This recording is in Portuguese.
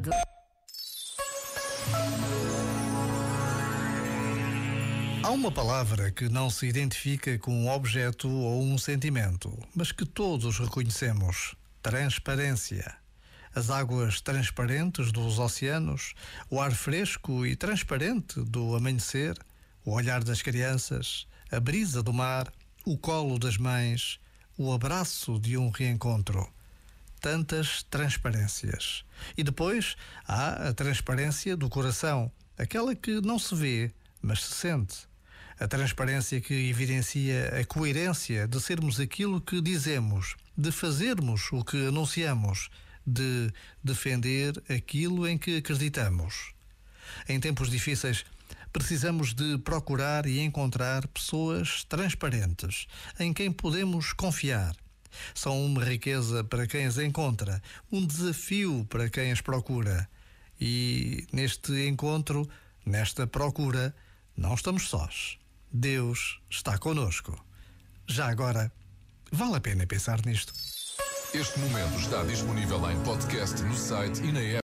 lado. Há uma palavra que não se identifica com um objeto ou um sentimento, mas que todos reconhecemos: transparência. As águas transparentes dos oceanos, o ar fresco e transparente do amanhecer, o olhar das crianças, a brisa do mar, o colo das mães, o abraço de um reencontro. Tantas transparências. E depois há a transparência do coração, aquela que não se vê, mas se sente. A transparência que evidencia a coerência de sermos aquilo que dizemos, de fazermos o que anunciamos, de defender aquilo em que acreditamos. Em tempos difíceis, precisamos de procurar e encontrar pessoas transparentes, em quem podemos confiar. São uma riqueza para quem as encontra, um desafio para quem as procura. E neste encontro, nesta procura, não estamos sós. Deus está conosco. Já agora, vale a pena pensar nisto. Este momento está disponível em podcast no site e na app.